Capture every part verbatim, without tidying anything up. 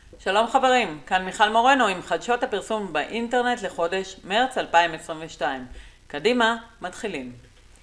שלום חברים, כאן מיכל מורנו עם חדשות הפרסום באינטרנט לחודש מרץ אלפיים עשרים ושתיים. קדימה, מתחילים.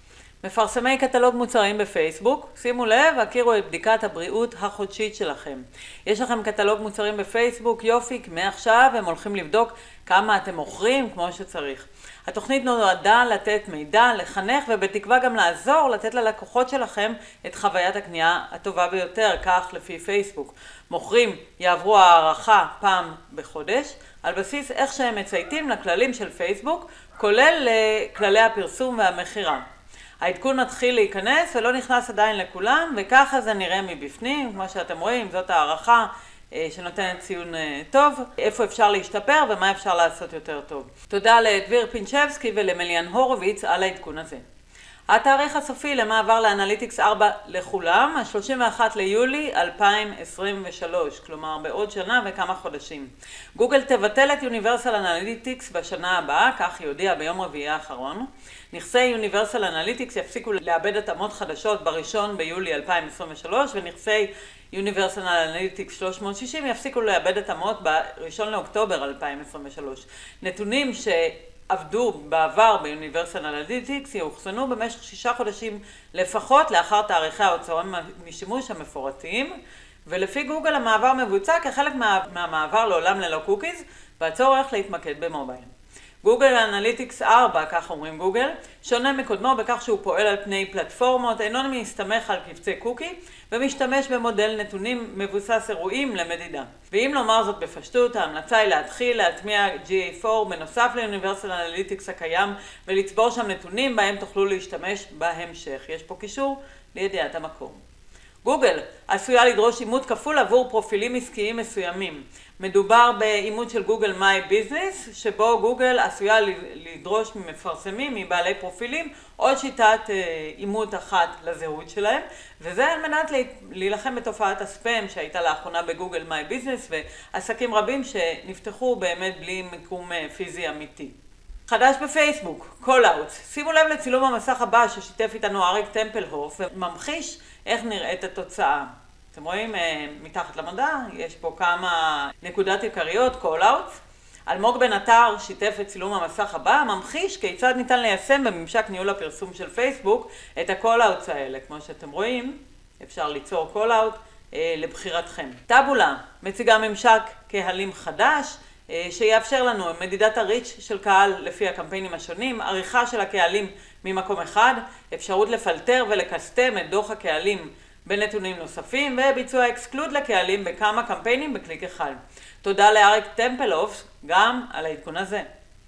מפרסמי קטלוג מוצרים בפייסבוק, שימו לב, הכירו את בדיקת הבריאות החודשית שלכם. יש לכם קטלוג מוצרים בפייסבוק, יופי, מעכשיו הם הולכים לבדוק כמה אתם מוכרים כמו שצריך. התוכנית נועדה לתת מידע, לחנך ובתקווה גם לעזור, לתת ללקוחות שלכם את חוויית הקנייה הטובה ביותר, כך לפי פייסבוק. מוכרים יעברו הערכה פעם בחודש, על בסיס איך שהם מצייתים לכללים של פייסבוק, כולל לכללי הפרסום והמחירה. העדכון מתחיל להיכנס ולא נכנס עדיין לכולם, וככה זה נראה מבפנים, כמו שאתם רואים, זאת הערכה שנותנת ציון טוב, איפה אפשר להשתפר ומה אפשר לעשות יותר טוב. תודה לדביר פינצ'בסקי ולמליאן הורוביץ על העדכון הזה. התאריך הסופי למעבר לאנליטיקס ארבע לכולם, ה-שלושים ואחד ליולי אלפיים עשרים ושלוש, כלומר בעוד שנה וכמה חודשים. גוגל תבטל את יוניברסל אנליטיקס בשנה הבאה, כך היא הודיעה ביום רביעי האחרון. נכסי יוניברסל אנליטיקס יפסיקו לאבד התאמות חדשות בראשון ביולי אלפיים עשרים ושלוש, ונכסי יוניברסל אנליטיקס שלוש מאות שישים יפסיקו לאבד התאמות בראשון לאוקטובר אלפיים עשרים ושלוש. נתונים ש... עבדו בעבר ביוניברסל אנליטיקס יאוחסנו במשך שישה חודשים לפחות לאחר תאריכי ההוצאה משימוש המפורטים, ולפי גוגל המעבר מבוצע כחלק מה, מהמעבר לעולם ללא קוקיז והצורך להתמקד במובייל. גוגל אנליטיקס ארבע, כך אומרים גוגל, שונה מקודמו בכך שהוא פועל על פני פלטפורמות, אינו מסתמך על קבצי קוקי ומשתמש במודל נתונים מבוסס אירועים למדידה. ואם לומר זאת בפשטות, ההמלצה היא להתחיל להטמיע ג'י איי פור בנוסף ליוניברסל אנליטיקס הקיים ולצבור שם נתונים בהם תוכלו להשתמש בהמשך. יש פה קישור לידיעת המקום. גוגל עשויה לדרוש אימות כפול עבור פרופילים עסקיים מסוימים. מדובר באימות של גוגל מיי ביזנס, שבו גוגל עשויה לדרוש ממפרסמים, מבעלי פרופילים, עוד שיטת אימות אחת לזהות שלהם, וזה על מנת להילחם בתופעת הספאם שהייתה לאחרונה בגוגל מיי ביזנס, ועסקים רבים שנפתחו באמת בלי מיקום פיזי אמיתי. חדש בפייסבוק, קול אאוט. שימו לב לצילום המסך הבא ששיתף איתנו אריק טמפלהוף וממחיש איך נראית התוצאה. אתם רואים מתחת למודע, יש פה כמה נקודות עיקריות, קול אאוט. אלמוג בן עטר שיתף את צילום המסך הבא, ממחיש כיצד ניתן ליישם בממשק ניהול הפרסום של פייסבוק את הקול אאוט האלה. כמו שאתם רואים, אפשר ליצור קול אאוט לבחירתכם. טאבולה מציגה ממשק קהלים חדש, שיאפשר לנו מדידת הריץ' של קהל לפי הקמפיינים השונים, עריכה של הקהלים ממקום אחד, אפשרות לפלטר ולקסטם את דוח הקהלים בנתונים נוספים, וביצוע אקסקלוד לקהלים בכמה קמפיינים בקליק אחד. תודה לאריק טמפלהוף גם על העדכון הזה.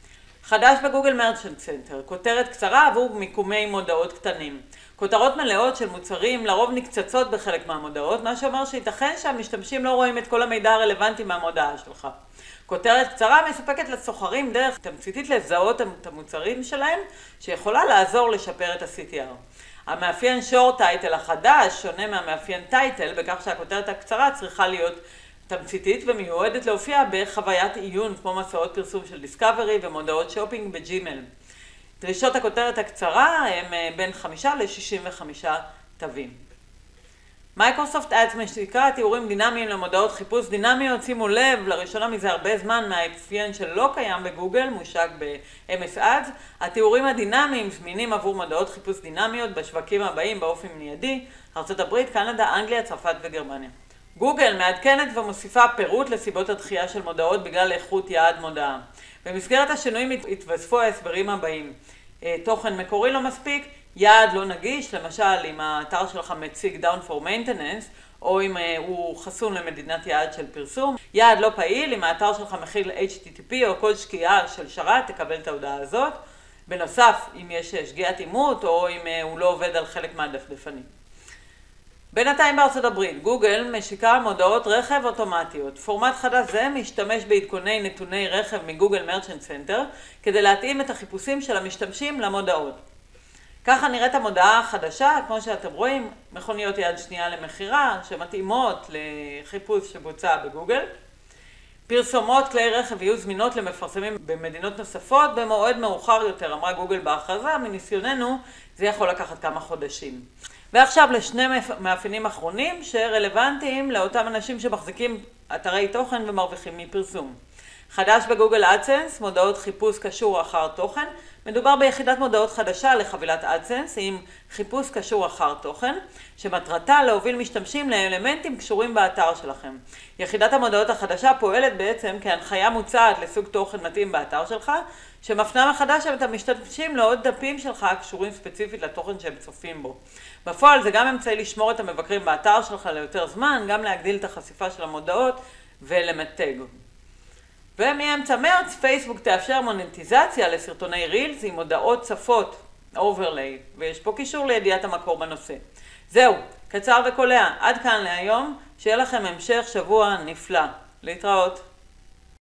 חדש בגוגל מרצ'נט סנטר, כותרת קצרה עבור מיקומי מודעות קטנים. כותרות מלאות של מוצרים לרוב נקצצות בחלק מהמודעות, מה שאומר שייתכן שהמשתמשים לא רואים את כל המידע הרלוונטי מהמודעה שלך. כותרת קצרה מספקת לסוחרים דרך תמציתית לזהות את המוצרים שלהם, שיכולה לעזור לשפר את ה-סי טי אר. המאפיין שורט טייטל החדש שונה מהמאפיין טייטל, בכך שהכותרת הקצרה צריכה להיות תמציתית ומיועדת להופיע בחוויית עיון, כמו מסעות פרסום של דיסקאברי ומודעות שופינג בג'ימל. דרישות הכותרת הקצרה הם בין חמישה ל-שישים וחמישה תווים. מייקרוסופט אדס משיקה תיאורים דינמיים למודעות חיפוש דינמיות. שימו לב, לראשונה מזה הרבה זמן מהאפיין שלא קיים בגוגל, מושק ב-אם אס אדס. התיאורים הדינמיים זמינים עבור מודעות חיפוש דינמיות בשווקים הבאים באופן מיידי, ארצות הברית, קנדה, אנגליה, צרפת וגרמניה. גוגל מעדכנת ומוסיפה פירוט לסיבות הדחייה של מודעות בגלל איכות יעד מודעה. במסגרת השינויים התווספו ההסברים הבאים. תוכן מקורי לא מספיק, יעד לא נגיש, למשל אם האתר שלך מציג down for maintenance, או אם הוא חסום למדינת יעד של פרסום. יעד לא פעיל, אם האתר שלך מכיל אייץ' טי טי פי או קוד שקיעה של שרת, תקבל את ההודעה הזאת. בנוסף, אם יש שגיאת אימות או אם הוא לא עובד על חלק מהדפדפנים. בינתיים בארצות הברית, גוגל משיקה מודעות רכב אוטומטיות. פורמט חדש זה משתמש בעדכוני נתוני רכב מגוגל מרצ'נט סנטר, כדי להתאים את החיפושים של המשתמשים למודעות. ככה נראית המודעה החדשה, כמו שאתם רואים, מכוניות יד שנייה למחירה, שמתאימות לחיפוש שבוצע בגוגל. פרסומות כלי רכב יהיו זמינות למפרסמים במדינות נוספות במועד מאוחר יותר, אמרה גוגל בהכרזה. מניסיוננו זה יכול לקחת כמה חודשים. ועכשיו לשני מאפיינים אחרונים שרלוונטיים לאותם אנשים שמחזיקים אתרי תוכן ומרוויחים מפרסום. חדש בגוגל אדסנס, מודעות חיפוש קשור אחר תוכן. מדובר ביחידת מודעות חדשה לחבילת אדסנס עם חיפוש קשור אחר תוכן, שמטרתה להוביל משתמשים לאלמנטים קשורים באתר שלכם. יחידת המודעות החדשה פועלת בעצם כהנחיה מוצעת לסוג תוכן מתאים באתר שלך, שמפנה מחדש את המשתמשים לעוד דפים שלך קשורים ספציפית לתוכן שהם צופים בו. בפועל זה גם אמצעי לשמור את המבקרים באתר שלך ליותר זמן, גם להגדיל את החשיפה של המודעות ולמתג. ומאמצע מרץ פייסבוק תאפשר מונטיזציה לסרטוני רילס עם הודעות צפות, אוברליי, ויש פה קישור לידיעת המקור בנושא. זהו, קצר וקולע, עד כאן להיום, שיהיה לכם המשך שבוע נפלא. להתראות.